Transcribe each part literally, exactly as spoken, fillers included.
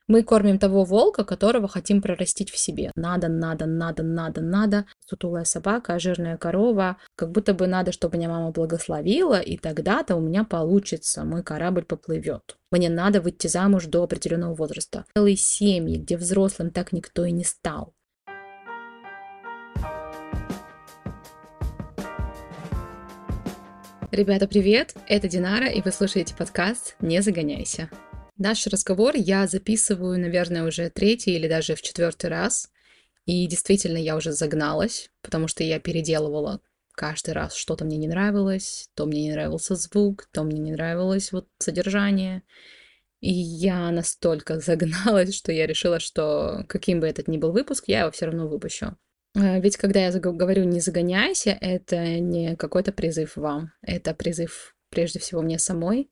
Мы кормим того волка, которого хотим прорастить в себе. Надо, надо, надо, надо, надо. Сутулая собака, жирная корова. Как будто бы надо, чтобы меня мама благословила, и тогда-то у меня получится, мой корабль поплывет. Мне надо выйти замуж до определенного возраста. Целые семьи, где взрослым так никто и не стал. Ребята, привет! Это Динара, и вы слушаете подкаст «Не загоняйся». Наш разговор я записываю, наверное, уже третий или даже в четвертый раз. И действительно, я уже загналась, потому что я переделывала каждый раз. Что-то мне не нравилось, то мне не нравился звук, то мне не нравилось вот содержание. И я настолько загналась, что я решила, что каким бы этот ни был выпуск, я его все равно выпущу. Э, Ведь когда я заг- говорю «не загоняйся», это не какой-то призыв вам. Это призыв прежде всего мне самой.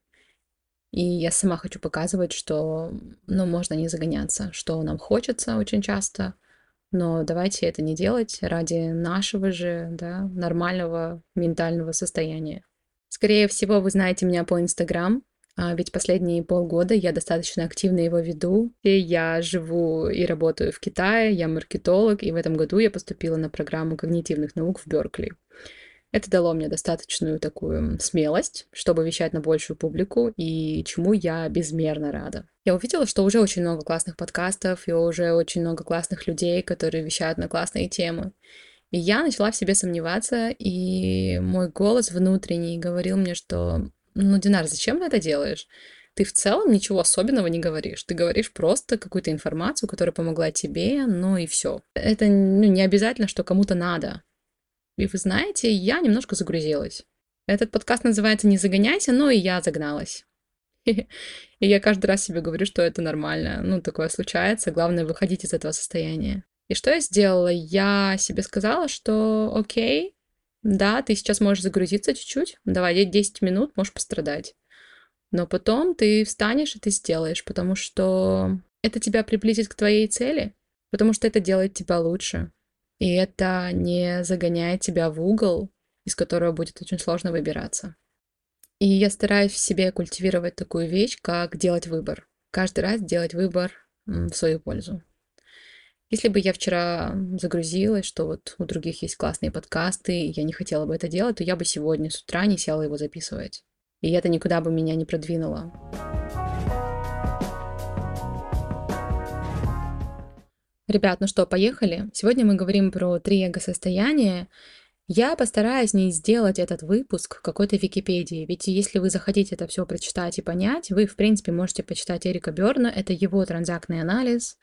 И я сама хочу показывать, что, ну, можно не загоняться, что нам хочется очень часто, но давайте это не делать ради нашего же, да, нормального ментального состояния. Скорее всего, вы знаете меня по Инстаграм, а ведь последние полгода я достаточно активно его веду. И я живу и работаю в Китае, я маркетолог, и в этом году я поступила на программу когнитивных наук в Беркли. Это дало мне достаточную такую смелость, чтобы вещать на большую публику, и чему я безмерно рада. Я увидела, что уже очень много классных подкастов, и уже очень много классных людей, которые вещают на классные темы. И я начала в себе сомневаться, и мой голос внутренний говорил мне, что «Ну, Динар, зачем ты это делаешь? Ты в целом ничего особенного не говоришь. Ты говоришь просто какую-то информацию, которая помогла тебе, ну и все. Это ну, не обязательно, что кому-то надо. И вы знаете, я немножко загрузилась. Этот подкаст называется «Не загоняйся», но и я загналась. И я каждый раз себе говорю, что это нормально. Ну, такое случается. Главное выходить из этого состояния. И что я сделала? Я себе сказала, что окей, да, ты сейчас можешь загрузиться чуть-чуть. Давай, десять минут, можешь пострадать. Но потом ты встанешь и ты сделаешь, потому что это тебя приблизит к твоей цели, потому что это делает тебя лучше. И это не загоняет тебя в угол, из которого будет очень сложно выбираться. И я стараюсь в себе культивировать такую вещь, как делать выбор. Каждый раз делать выбор м, в свою пользу. Если бы я вчера загрузилась, что вот у других есть классные подкасты, и я не хотела бы это делать, то я бы сегодня с утра не села его записывать. И это никуда бы меня не продвинуло. Ребят, ну что, поехали? Сегодня мы говорим про три эго-состояния. Я постараюсь не сделать этот выпуск какой-то Википедии, ведь если вы захотите это все прочитать и понять, вы, в принципе, можете почитать Эрика Берна, это его транзактный анализ,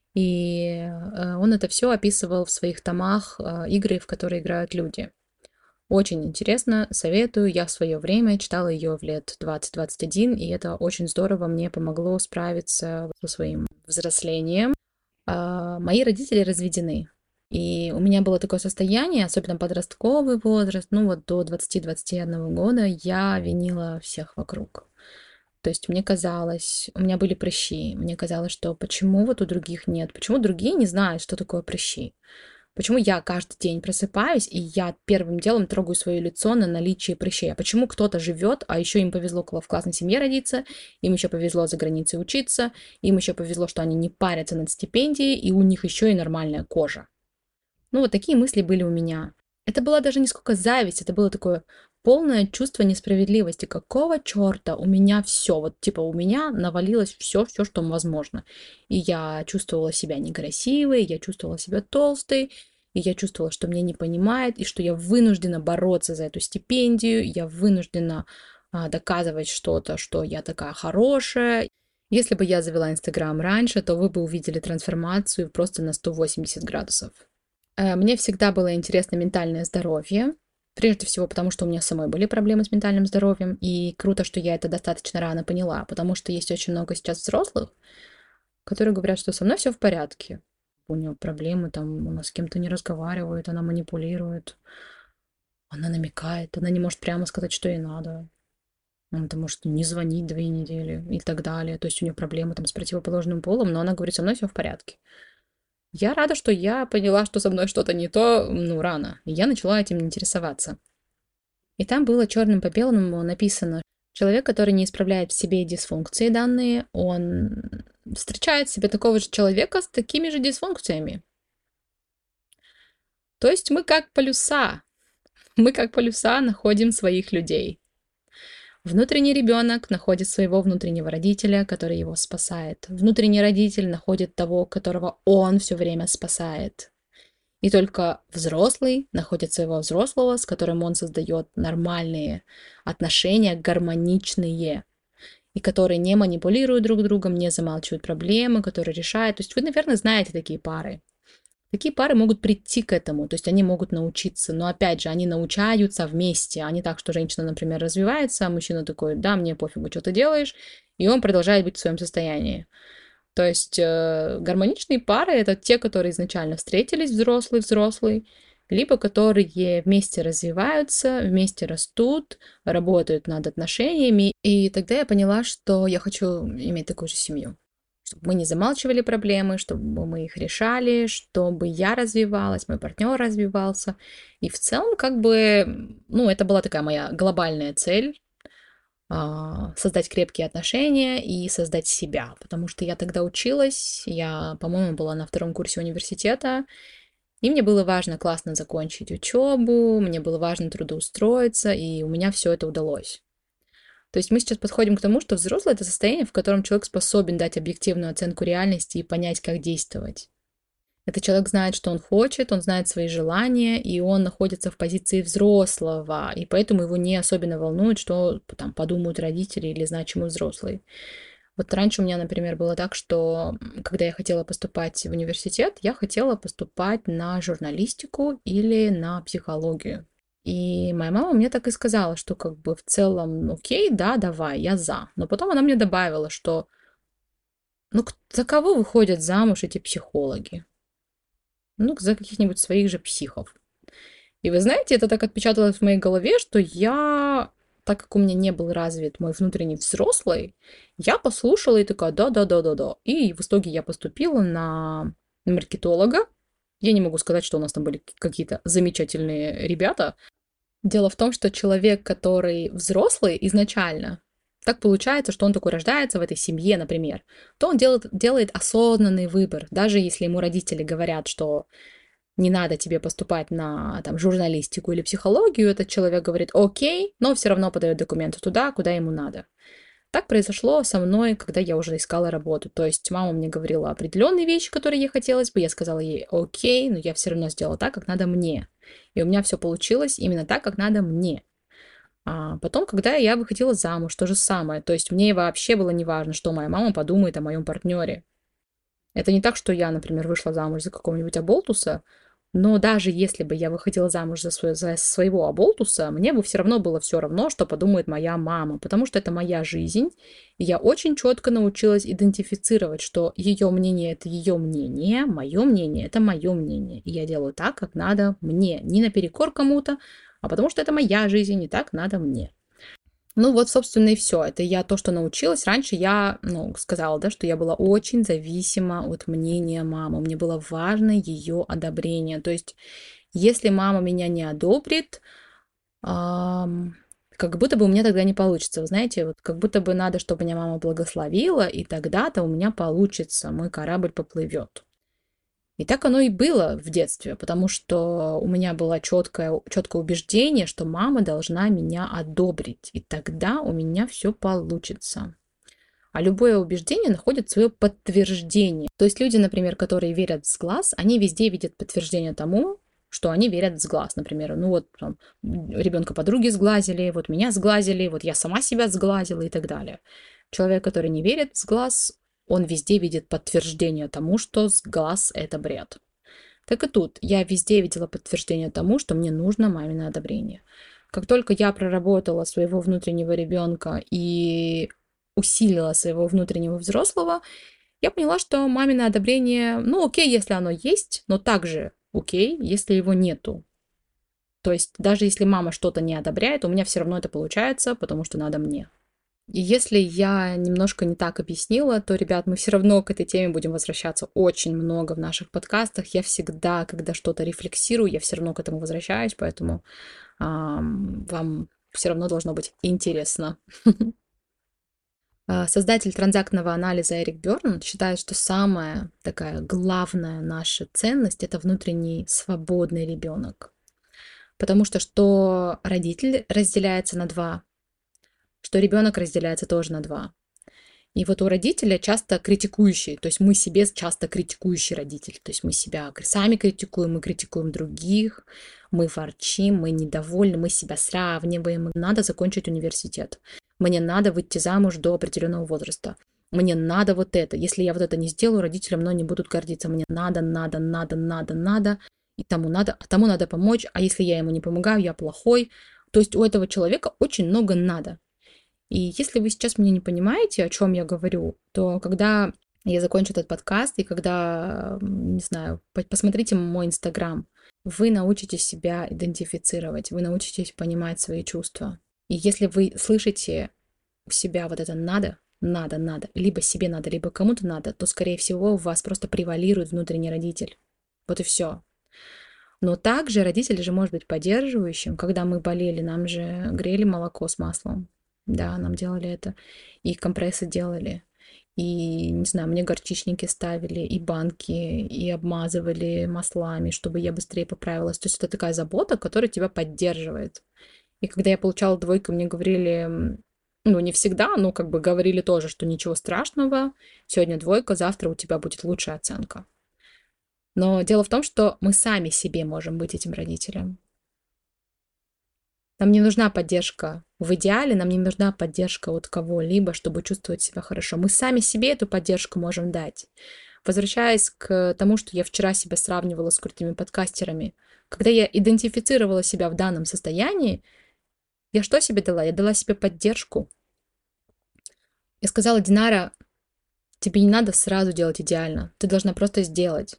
и э, он это все описывал в своих томах э, игры, в которые играют люди. Очень интересно, советую, я в свое время читала ее в лет двадцать-двадцать один, и это очень здорово мне помогло справиться со своим взрослением. А, Мои родители разведены. И у меня было такое состояние, особенно подростковый возраст, ну вот до двадцати-двадцати одного года, я винила всех вокруг. То есть мне казалось, у меня были прыщи, мне казалось, что почему вот у других нет, почему другие не знают, что такое прыщи. Почему я каждый день просыпаюсь, и я первым делом трогаю свое лицо на наличие прыщей? А почему кто-то живет, а еще им повезло в классной семье родиться, им еще повезло за границей учиться, им еще повезло, что они не парятся над стипендией, и у них еще и нормальная кожа. Ну, вот такие мысли были у меня. Это была даже не сколько зависть, это было такое полное чувство несправедливости. Какого черта у меня все, вот типа у меня навалилось все, все, что возможно. И я чувствовала себя некрасивой, я чувствовала себя толстой, и я чувствовала, что меня не понимает, и что я вынуждена бороться за эту стипендию, я вынуждена а, доказывать что-то, что я такая хорошая. Если бы я завела Инстаграм раньше, то вы бы увидели трансформацию просто на сто восемьдесят градусов. Э, Мне всегда было интересно ментальное здоровье. Прежде всего, потому что у меня самой были проблемы с ментальным здоровьем. И круто, что я это достаточно рано поняла, потому что есть очень много сейчас взрослых, которые говорят, что со мной все в порядке. У нее проблемы, там, она с кем-то не разговаривает, она манипулирует, она намекает, она не может прямо сказать, что ей надо. Она там может не звонить две недели и так далее. То есть у нее проблемы там с противоположным полом, но она говорит, со мной все в порядке. Я рада, что я поняла, что со мной что-то не то, ну, рано. И я начала этим интересоваться. И там было черным по белому написано, человек, который не исправляет в себе дисфункции данные, он встречает себе такого же человека с такими же дисфункциями. То есть мы как полюса. Мы как полюса находим своих людей. Внутренний ребенок находит своего внутреннего родителя, который его спасает. Внутренний родитель находит того, которого он все время спасает. И только взрослый находит своего взрослого, с которым он создает нормальные отношения, гармоничные, и которые не манипулируют друг другом, не замалчивают проблемы, которые решают. То есть вы, наверное, знаете такие пары. Такие пары могут прийти к этому, то есть они могут научиться, но опять же, они научаются вместе, а не так, что женщина, например, развивается, а мужчина такой, да, мне пофигу, что ты делаешь, и он продолжает быть в своем состоянии. То есть э, гармоничные пары — это те, которые изначально встретились, взрослый-взрослый, либо которые вместе развиваются, вместе растут, работают над отношениями. И тогда я поняла, что я хочу иметь такую же семью. Чтобы мы не замалчивали проблемы, чтобы мы их решали, чтобы я развивалась, мой партнер развивался. И в целом, как бы, ну, это была такая моя глобальная цель а, создать крепкие отношения и создать себя. Потому что я тогда училась, я, по-моему, была на втором курсе университета, и мне было важно классно закончить учебу, мне было важно трудоустроиться, и у меня все это удалось. То есть мы сейчас подходим к тому, что взрослый — это состояние, в котором человек способен дать объективную оценку реальности и понять, как действовать. Этот человек знает, что он хочет, он знает свои желания, и он находится в позиции взрослого, и поэтому его не особенно волнует, что там подумают родители или значимые взрослые. Вот раньше у меня, например, было так, что когда я хотела поступать в университет, я хотела поступать на журналистику или на психологию. И моя мама мне так и сказала, что как бы в целом, ну, окей, да, давай, я за. Но потом она мне добавила, что ну за кого выходят замуж эти психологи? Ну, за каких-нибудь своих же психов. И вы знаете, это так отпечаталось в моей голове, что я, так как у меня не был развит мой внутренний взрослый, я послушала и такая, да-да-да-да-да. И в итоге я поступила на маркетолога. Я не могу сказать, что у нас там были какие-то замечательные ребята. Дело в том, что человек, который взрослый изначально, так получается, что он такой рождается в этой семье, например, то он делает, делает осознанный выбор. Даже если ему родители говорят, что не надо тебе поступать на там, журналистику или психологию, этот человек говорит окей, но все равно подает документы туда, куда ему надо. Так произошло со мной, когда я уже искала работу. То есть мама мне говорила определенные вещи, которые ей хотелось бы. Я сказала ей окей, но я все равно сделала так, как надо мне. И у меня все получилось именно так, как надо мне. А потом, когда я выходила замуж, то же самое. То есть мне вообще было неважно, что моя мама подумает о моем партнере. Это не так, что я, например, вышла замуж за какого-нибудь оболтуса, но даже если бы я выходила замуж за, свой, за своего оболтуса, мне бы все равно было все равно, что подумает моя мама, потому что это моя жизнь, и я очень четко научилась идентифицировать, что ее мнение — это ее мнение, мое мнение — это мое мнение, и я делаю так, как надо мне, не наперекор кому-то, а потому что это моя жизнь, и так надо мне. Ну вот, собственно, и все. Это я то, что научилась. Раньше я, ну, сказала, да, что я была очень зависима от мнения мамы. Мне было важно ее одобрение. То есть, если мама меня не одобрит, ам, как будто бы у меня тогда не получится. Вы знаете, вот как будто бы надо, чтобы меня мама благословила, и тогда-то у меня получится, мой корабль поплывет. И так оно и было в детстве, потому что у меня было четкое, четкое убеждение, что мама должна меня одобрить, и тогда у меня все получится. А любое убеждение находит свое подтверждение. То есть люди, например, которые верят с глаз, они везде видят подтверждение тому, что они верят с глаз. Например, ну вот там, ребенка подруги сглазили, вот меня сглазили, вот я сама себя сглазила и так далее. Человек, который не верит с глаз, он везде видит подтверждение тому, что с глаз это бред. Так и тут. Я везде видела подтверждение тому, что мне нужно мамино одобрение. Как только я проработала своего внутреннего ребенка и усилила своего внутреннего взрослого, я поняла, что мамино одобрение, ну окей, если оно есть, но также окей, если его нету. То есть даже если мама что-то не одобряет, у меня все равно это получается, потому что надо мне. И если я немножко не так объяснила, то, ребят, мы все равно к этой теме будем возвращаться очень много в наших подкастах. Я всегда, когда что-то рефлексирую, я все равно к этому возвращаюсь, поэтому эм, вам все равно должно быть интересно. Создатель транзактного анализа Эрик Берн считает, что самая такая главная наша ценность — это внутренний свободный ребенок. Потому что что родитель разделяется на два, что ребенок разделяется тоже на два. И вот у родителя часто критикующий, то есть мы себе часто критикующий родитель, то есть мы себя сами критикуем, мы критикуем других, мы ворчим, мы недовольны, мы себя сравниваем. Надо закончить университет, мне надо выйти замуж до определенного возраста, мне надо вот это, если я вот это не сделаю, родители мной не будут гордиться, мне надо, надо, надо, надо, надо, и тому надо, а тому надо помочь, а если я ему не помогаю, я плохой. То есть у этого человека очень много надо. И если вы сейчас меня не понимаете, о чем я говорю, то когда я закончу этот подкаст, и когда, не знаю, посмотрите мой Инстаграм, вы научитесь себя идентифицировать, вы научитесь понимать свои чувства. И если вы слышите у себя вот это «надо», «надо», «надо», либо себе надо, либо кому-то надо, то, скорее всего, у вас просто превалирует внутренний родитель. Вот и все. Но также родитель же может быть поддерживающим. Когда мы болели, нам же грели молоко с маслом. Да, нам делали это. И компрессы делали. И, не знаю, мне горчичники ставили, и банки, и обмазывали маслами, чтобы я быстрее поправилась. То есть это такая забота, которая тебя поддерживает. И когда я получала двойку, мне говорили, ну, не всегда, но как бы говорили тоже, что ничего страшного, сегодня двойка, завтра у тебя будет лучшая оценка. Но дело в том, что мы сами себе можем быть этим родителем. Нам не нужна поддержка. В идеале нам не нужна поддержка от кого-либо, чтобы чувствовать себя хорошо. Мы сами себе эту поддержку можем дать. Возвращаясь к тому, что я вчера себя сравнивала с крутыми подкастерами, когда я идентифицировала себя в данном состоянии, я что себе дала? Я дала себе поддержку. Я сказала: Динара, тебе не надо сразу делать идеально. Ты должна просто сделать.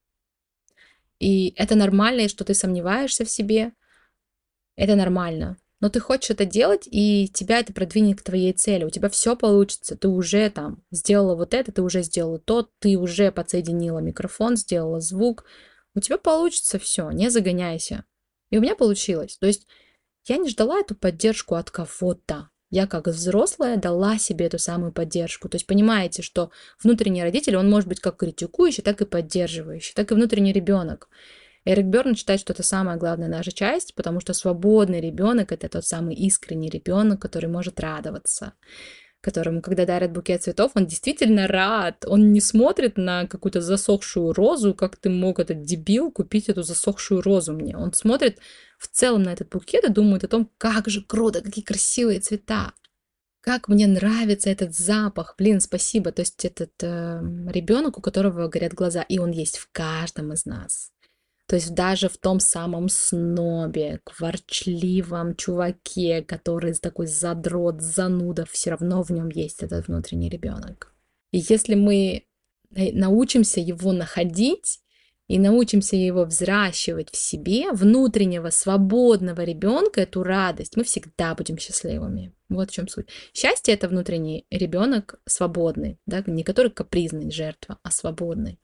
И это нормально, что ты сомневаешься в себе. Это нормально. Но ты хочешь это делать, и тебя это продвинет к твоей цели. У тебя все получится. Ты уже там сделала вот это, ты уже сделала то, ты уже подсоединила микрофон, сделала звук. У тебя получится все, не загоняйся. И у меня получилось. То есть я не ждала эту поддержку от кого-то. Я как взрослая дала себе эту самую поддержку. То есть понимаете, что внутренний родитель, он может быть как критикующий, так и поддерживающий, так и внутренний ребенок. Эрик Берн считает, что это самая главная наша часть, потому что свободный ребенок — это тот самый искренний ребенок, который может радоваться, которому, когда дарят букет цветов, он действительно рад. Он не смотрит на какую-то засохшую розу, как ты мог, этот дебил, купить эту засохшую розу мне. Он смотрит в целом на этот букет и думает о том, как же круто, какие красивые цвета. Как мне нравится этот запах. Блин, спасибо. То есть этот э, ребенок, у которого горят глаза, и он есть в каждом из нас. То есть даже в том самом снобе, ворчливом чуваке, который такой задрот, зануда, все равно в нем есть этот внутренний ребенок. И если мы научимся его находить и научимся его взращивать в себе, внутреннего свободного ребенка, эту радость, мы всегда будем счастливыми. Вот в чем суть. Счастье — это внутренний ребенок свободный, да, не который капризный, жертва, а свободный.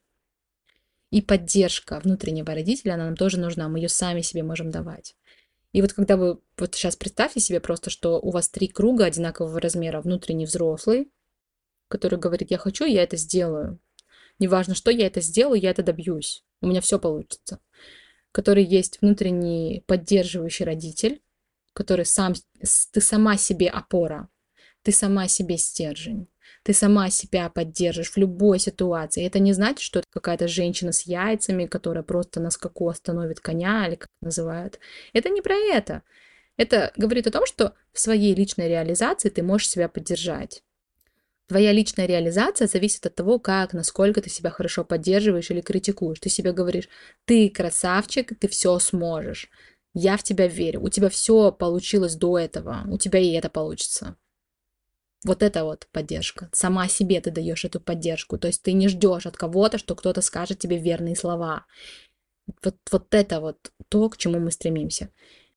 И поддержка внутреннего родителя, она нам тоже нужна, мы ее сами себе можем давать. И вот когда вы, вот сейчас представьте себе просто, что у вас три круга одинакового размера: внутренний взрослый, который говорит: я хочу, я это сделаю. Неважно, что я это сделаю, я это добьюсь. У меня все получится. Который есть внутренний поддерживающий родитель, который сам, ты сама себе опора, ты сама себе стержень. Ты сама себя поддержишь в любой ситуации. Это не значит, что это какая-то женщина с яйцами, которая просто на скаку остановит коня, или как называют. Это не про это. Это говорит о том, что в своей личной реализации ты можешь себя поддержать. Твоя личная реализация зависит от того, как, насколько ты себя хорошо поддерживаешь или критикуешь. Ты себе говоришь: ты красавчик, ты все сможешь. Я в тебя верю. У тебя все получилось до этого. У тебя и это получится. Вот это вот поддержка. Сама себе ты даешь эту поддержку. То есть ты не ждешь от кого-то, что кто-то скажет тебе верные слова. Вот, вот это вот то, к чему мы стремимся.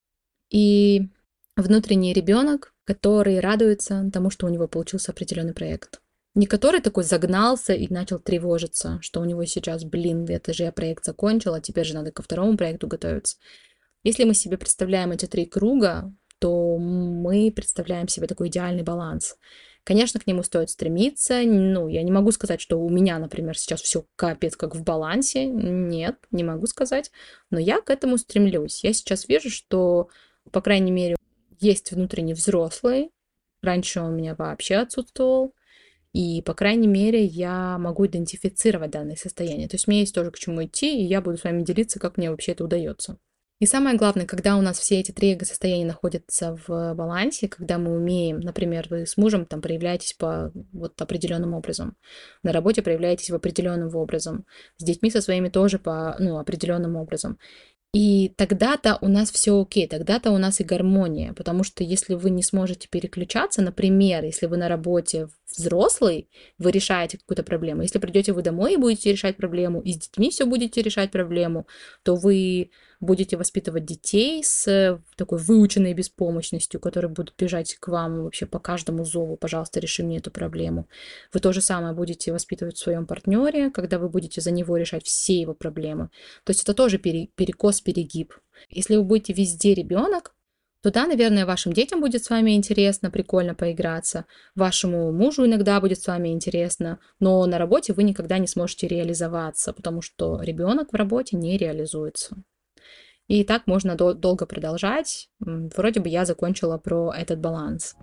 И внутренний ребенок, который радуется тому, что у него получился определенный проект. Не который такой загнался и начал тревожиться, что у него сейчас, блин, это же я проект закончила, теперь же надо ко второму проекту готовиться. Если мы себе представляем эти три круга, то мы представляем себе такой идеальный баланс, Конечно, к нему стоит стремиться. Ну, я не могу сказать, что у меня, например, сейчас все капец как в балансе. Нет, не могу сказать. Но я к этому стремлюсь. Я сейчас вижу, что, по крайней мере, есть внутренний взрослый. Раньше он у меня вообще отсутствовал. И, по крайней мере, я могу идентифицировать данное состояние. То есть мне есть тоже к чему идти, и я буду с вами делиться, как мне вообще это удается. И самое главное, когда у нас все эти три эго-состояния находятся в балансе, когда мы умеем, например, вы с мужем там проявляетесь по вот определенным образом, на работе проявляетесь в определенным образом, с детьми со своими тоже по ну, определенным образом. И тогда-то у нас все окей, тогда-то у нас и гармония, потому что если вы не сможете переключаться, например, если вы на работе взрослый, вы решаете какую-то проблему, если придете вы домой и будете решать проблему, и с детьми все будете решать проблему, то вы будете воспитывать детей с такой выученной беспомощностью, которые будут бежать к вам вообще по каждому зову, пожалуйста, реши мне эту проблему. Вы то же самое будете воспитывать в своем партнере, когда вы будете за него решать все его проблемы. То есть это тоже перекос, перегиб. Если вы будете везде ребенок, то да, наверное, вашим детям будет с вами интересно, прикольно поиграться, вашему мужу иногда будет с вами интересно, но на работе вы никогда не сможете реализоваться, потому что ребенок в работе не реализуется. И так можно дол- долго продолжать. Вроде бы я закончила про этот баланс.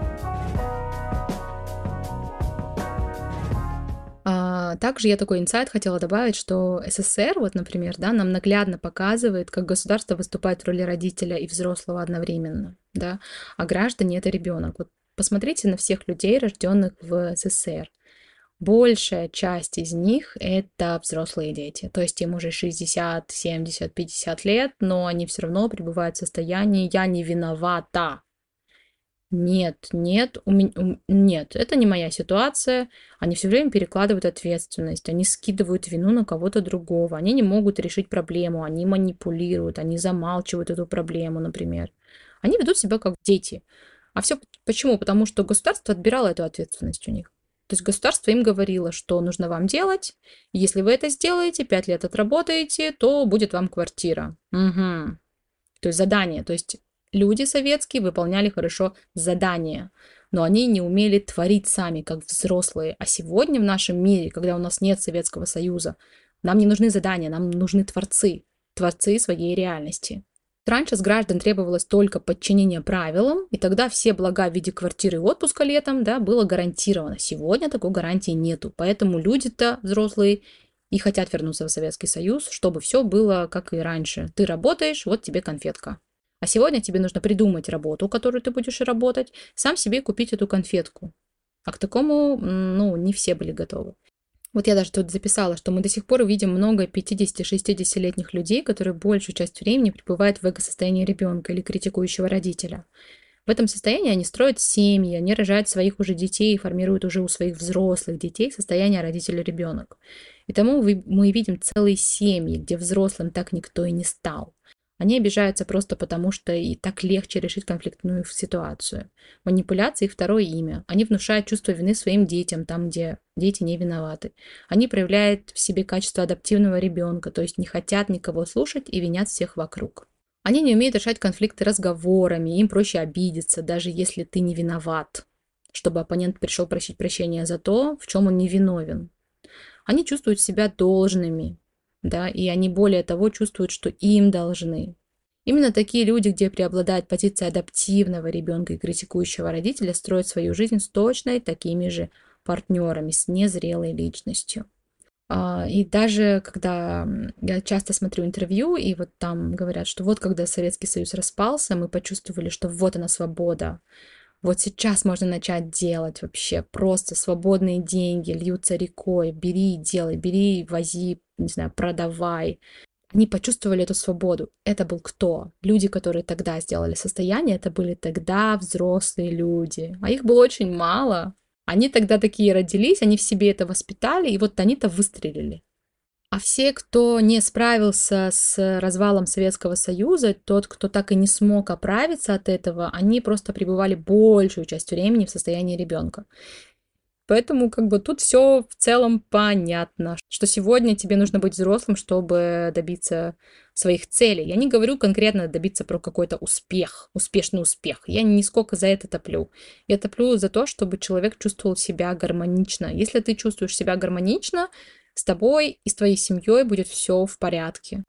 А, также я такой инсайт хотела добавить, что СССР, вот, например, да, нам наглядно показывает, как государство выступает в роли родителя и взрослого одновременно, да, а граждане — это ребенок. Вот посмотрите на всех людей, рожденных в СССР. Большая часть из них — это взрослые дети, то есть им уже шестьдесят, семьдесят, пятьдесят лет, но они все равно пребывают в состоянии «я не виновата». Нет, нет, у меня, нет, это не моя ситуация. Они все время перекладывают ответственность, они скидывают вину на кого-то другого, они не могут решить проблему, они манипулируют, они замалчивают эту проблему, например. Они ведут себя как дети. А все почему? Потому что государство отбирало эту ответственность у них. То есть государство им говорило, что нужно вам делать. Если вы это сделаете, пять лет отработаете, то будет вам квартира. Угу. То есть задание. То есть люди советские выполняли хорошо задания, но они не умели творить сами, как взрослые. А сегодня в нашем мире, когда у нас нет Советского Союза, нам не нужны задания, нам нужны творцы, творцы своей реальности. Раньше с граждан требовалось только подчинение правилам, и тогда все блага в виде квартиры и отпуска летом, да, было гарантировано. Сегодня такой гарантии нету, поэтому люди-то взрослые и хотят вернуться в Советский Союз, чтобы все было как и раньше. Ты работаешь, вот тебе конфетка. А сегодня тебе нужно придумать работу, которую ты будешь работать, сам себе купить эту конфетку. А к такому, ну, не все были готовы. Вот я даже тут записала, что мы до сих пор видим много пятидесяти-шестидесятилетних людей, которые большую часть времени пребывают в эго-состоянии ребенка или критикующего родителя. В этом состоянии они строят семьи, они рожают своих уже детей, формируют уже у своих взрослых детей состояние родитель-ребенок. И тому мы видим целые семьи, где взрослым так никто и не стал. Они обижаются просто потому, что и так легче решить конфликтную ситуацию. Манипуляции — их второе имя. Они внушают чувство вины своим детям, там, где дети не виноваты. Они проявляют в себе качество адаптивного ребенка, то есть не хотят никого слушать и винят всех вокруг. Они не умеют решать конфликты разговорами, им проще обидеться, даже если ты не виноват, чтобы оппонент пришел просить прощения за то, в чем он не виновен. Они чувствуют себя должными. Да, и они более того чувствуют, что им должны. Именно такие люди, где преобладает позиция адаптивного ребенка и критикующего родителя, строят свою жизнь с точно такими же партнерами, с незрелой личностью. И даже когда я часто смотрю интервью, и вот там говорят, что вот когда Советский Союз распался, мы почувствовали, что вот она свобода. Вот сейчас можно начать делать вообще. Просто свободные деньги льются рекой. Бери, делай, бери, вози, не знаю, продавай. Они почувствовали эту свободу. Это был кто? Люди, которые тогда сделали состояние, это были тогда взрослые люди. А их было очень мало. Они тогда такие родились, они в себе это воспитали, и вот они-то выстрелили. А все, кто не справился с развалом Советского Союза, тот, кто так и не смог оправиться от этого, они просто пребывали большую часть времени в состоянии ребенка. Поэтому как бы тут все в целом понятно, что сегодня тебе нужно быть взрослым, чтобы добиться своих целей. Я не говорю конкретно добиться про какой-то успех, успешный успех. Я нисколько за это топлю. Я топлю за то, чтобы человек чувствовал себя гармонично. Если ты чувствуешь себя гармонично, с тобой и с твоей семьей будет все в порядке.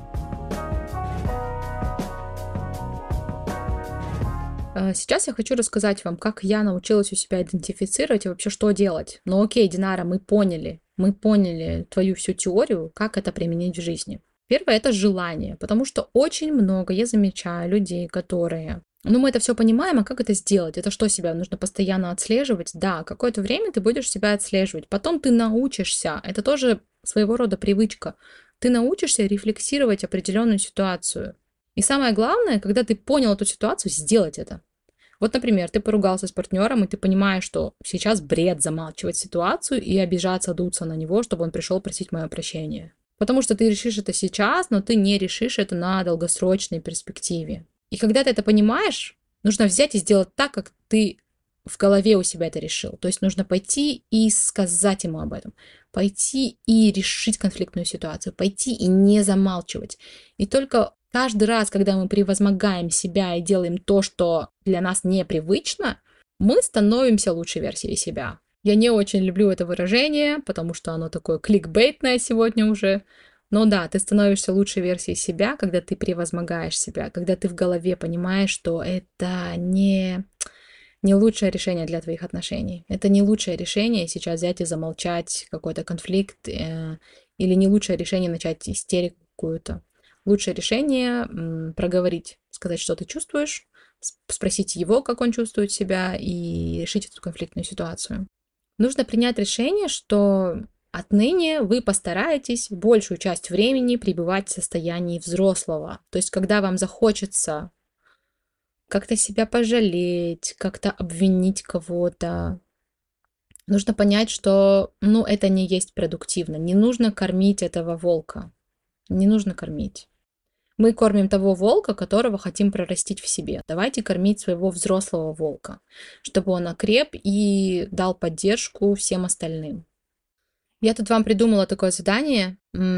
А, Сейчас я хочу рассказать вам, как я научилась у себя идентифицировать и вообще что делать. Ну окей, Динара, мы поняли, мы поняли твою всю теорию, как это применить в жизни. Первое– это желание, потому что очень много я замечаю людей, которые... Ну, мы это все понимаем, а как это сделать? Это что, себя нужно постоянно отслеживать? Да, какое-то время ты будешь себя отслеживать, потом ты научишься, это тоже своего рода привычка, ты научишься рефлексировать определенную ситуацию. И самое главное, когда ты понял эту ситуацию, сделать это. Вот, например, ты поругался с партнером, и ты понимаешь, что сейчас бред замалчивать ситуацию и обижаться, дуться на него, чтобы он пришел просить мое прощение. Потому что ты решишь это сейчас, но ты не решишь это на долгосрочной перспективе. И когда ты это понимаешь, нужно взять и сделать так, как ты в голове у себя это решил. То есть нужно пойти и сказать ему об этом. Пойти и решить конфликтную ситуацию. Пойти и не замалчивать. И только каждый раз, когда мы превозмогаем себя и делаем то, что для нас непривычно, мы становимся лучшей версией себя. Я не очень люблю это выражение, потому что оно такое кликбейтное сегодня уже. Но да, ты становишься лучшей версией себя, когда ты превозмогаешь себя, когда ты в голове понимаешь, что это не, не лучшее решение для твоих отношений. Это не лучшее решение сейчас взять и замолчать какой-то конфликт, э, или не лучшее решение начать истерику какую-то. Лучшее решение м, проговорить, сказать, что ты чувствуешь, спросить его, как он чувствует себя, и решить эту конфликтную ситуацию. Нужно принять решение, что отныне вы постараетесь большую часть времени пребывать в состоянии взрослого. То есть, когда вам захочется как-то себя пожалеть, как-то обвинить кого-то, нужно понять, что, ну, это не есть продуктивно. Не нужно кормить этого волка. Не нужно кормить. Мы кормим того волка, которого хотим прорастить в себе. Давайте кормить своего взрослого волка, чтобы он окреп и дал поддержку всем остальным. Я тут вам придумала такое задание.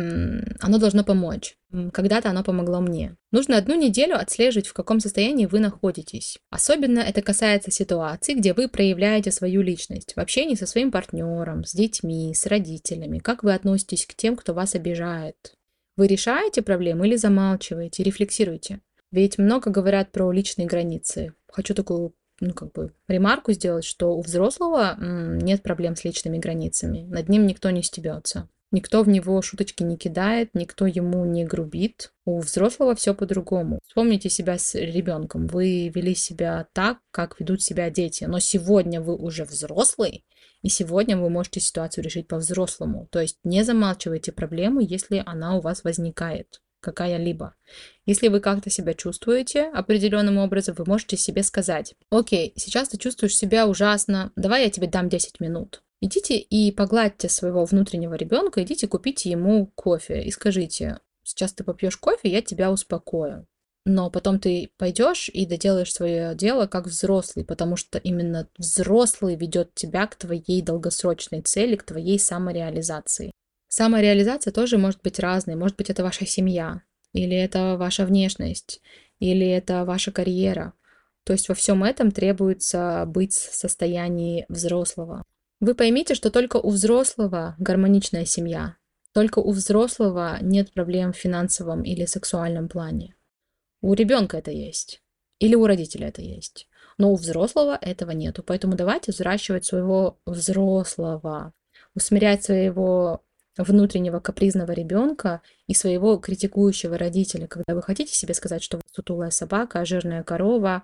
Оно должно помочь. Когда-то оно помогло мне. Нужно одну неделю отслеживать, в каком состоянии вы находитесь. Особенно это касается ситуаций, где вы проявляете свою личность в общении со своим партнером, с детьми, с родителями. Как вы относитесь к тем, кто вас обижает? Вы решаете проблемы или замалчиваете, рефлексируете? Ведь много говорят про личные границы. Хочу такую, ну, как бы, ремарку сделать, что у взрослого м, нет проблем с личными границами. Над ним никто не стебется. Никто в него шуточки не кидает, никто ему не грубит. У взрослого все по-другому. Вспомните себя с ребенком. Вы вели себя так, как ведут себя дети. Но сегодня вы уже взрослый, и сегодня вы можете ситуацию решить по-взрослому. То есть не замалчивайте проблему, если она у вас возникает, какая-либо. Если вы как-то себя чувствуете определенным образом, вы можете себе сказать: окей, сейчас ты чувствуешь себя ужасно, давай я тебе дам десять минут. Идите и погладьте своего внутреннего ребенка, идите купите ему кофе и скажите: сейчас ты попьешь кофе, я тебя успокою. Но потом ты пойдешь и доделаешь свое дело как взрослый, потому что именно взрослый ведет тебя к твоей долгосрочной цели, к твоей самореализации. Самореализация тоже может быть разной. Может быть, это ваша семья, или это ваша внешность, или это ваша карьера. То есть во всем этом требуется быть в состоянии взрослого. Вы поймите, что только у взрослого гармоничная семья. Только у взрослого нет проблем в финансовом или сексуальном плане. У ребенка это есть. Или у родителя это есть. Но у взрослого этого нету. Поэтому давайте взращивать своего взрослого, усмирять своего внутреннего капризного ребенка и своего критикующего родителя, когда вы хотите себе сказать, что вы сутулая собака, жирная корова,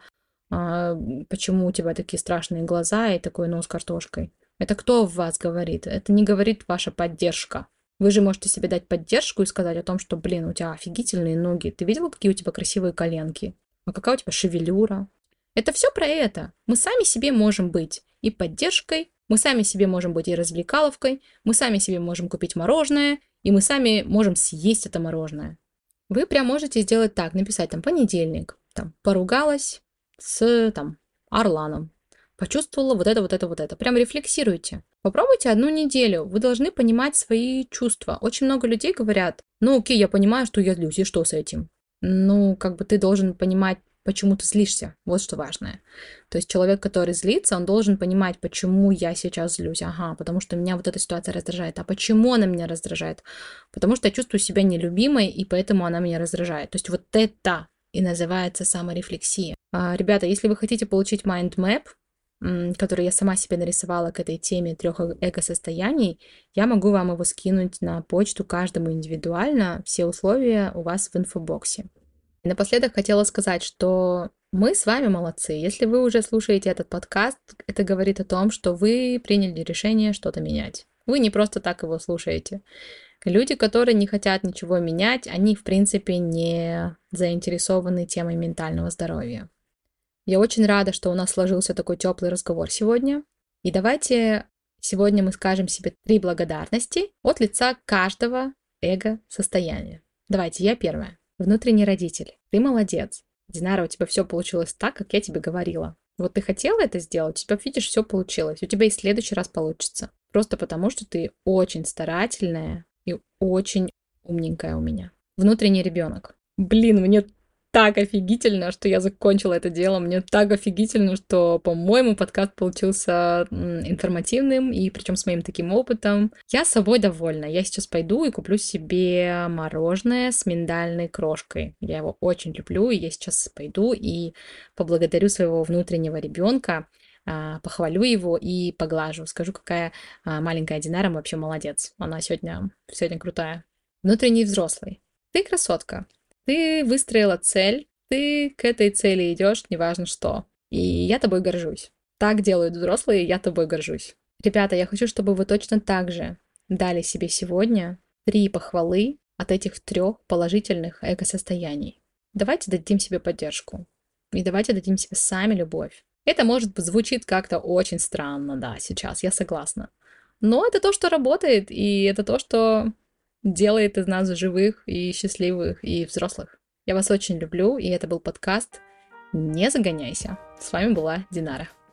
а, почему у тебя такие страшные глаза и такой нос картошкой. Это кто в вас говорит? Это не говорит ваша поддержка. Вы же можете себе дать поддержку и сказать о том, что, блин, у тебя офигительные ноги. Ты видела, какие у тебя красивые коленки? А какая у тебя шевелюра? Это все про это. Мы сами себе можем быть и поддержкой, мы сами себе можем быть и развлекаловкой, мы сами себе можем купить мороженое, и мы сами можем съесть это мороженое. Вы прям можете сделать так, написать там понедельник, там, поругалась с там, Орланом. почувствовала вот это, вот это, вот это. Прям рефлексируйте. Попробуйте одну неделю. Вы должны понимать свои чувства. Очень много людей говорят, ну окей, я понимаю, что я злюсь, и что с этим? Ну, как бы ты должен понимать, почему ты злишься. Вот что важное. То есть человек, который злится, он должен понимать, почему я сейчас злюсь. Ага, потому что меня вот эта ситуация раздражает. А почему она меня раздражает? Потому что я чувствую себя нелюбимой, и поэтому она меня раздражает. То есть вот это и называется саморефлексия. А, ребята, если вы хотите получить mind map, который я сама себе нарисовала к этой теме трех эго-состояний, я могу вам его скинуть на почту каждому индивидуально. Все условия у вас в инфобоксе. И напоследок хотела сказать, что мы с вами молодцы. Если вы уже слушаете этот подкаст, это говорит о том, что вы приняли решение что-то менять. Вы не просто так его слушаете. Люди, которые не хотят ничего менять, они, в принципе, не заинтересованы темой ментального здоровья. Я очень рада, что у нас сложился такой теплый разговор сегодня. И давайте сегодня мы скажем себе три благодарности от лица каждого эго-состояния. Давайте, я первая. Внутренний родитель. Ты молодец. Динара, у тебя все получилось так, как я тебе говорила. Вот ты хотела это сделать, у тебя, видишь, все получилось. У тебя и в следующий раз получится. Просто потому, что ты очень старательная и очень умненькая у меня. Внутренний ребенок. Блин, мне так офигительно, что я закончила это дело. Мне так офигительно, что, по-моему, подкаст получился информативным, и причем с моим таким опытом. Я собой довольна. Я сейчас пойду и куплю себе мороженое с миндальной крошкой. Я его очень люблю, и я сейчас пойду и поблагодарю своего внутреннего ребенка, похвалю его и поглажу. Скажу, какая маленькая Динара вообще молодец. Она сегодня, сегодня крутая. Внутренний взрослый. Ты красотка. Ты выстроила цель, ты к этой цели идешь, неважно что. И я тобой горжусь. Так делают взрослые, я тобой горжусь. Ребята, я хочу, чтобы вы точно так же дали себе сегодня три похвалы от этих трех положительных эго-состояний. Давайте дадим себе поддержку. И давайте дадим себе сами любовь. Это, может быть, звучит как-то очень странно, да, сейчас, я согласна. Но это то, что работает, и это то, что делает из нас живых и счастливых и взрослых. Я вас очень люблю, и это был подкаст «Не загоняйся». С вами была Динара.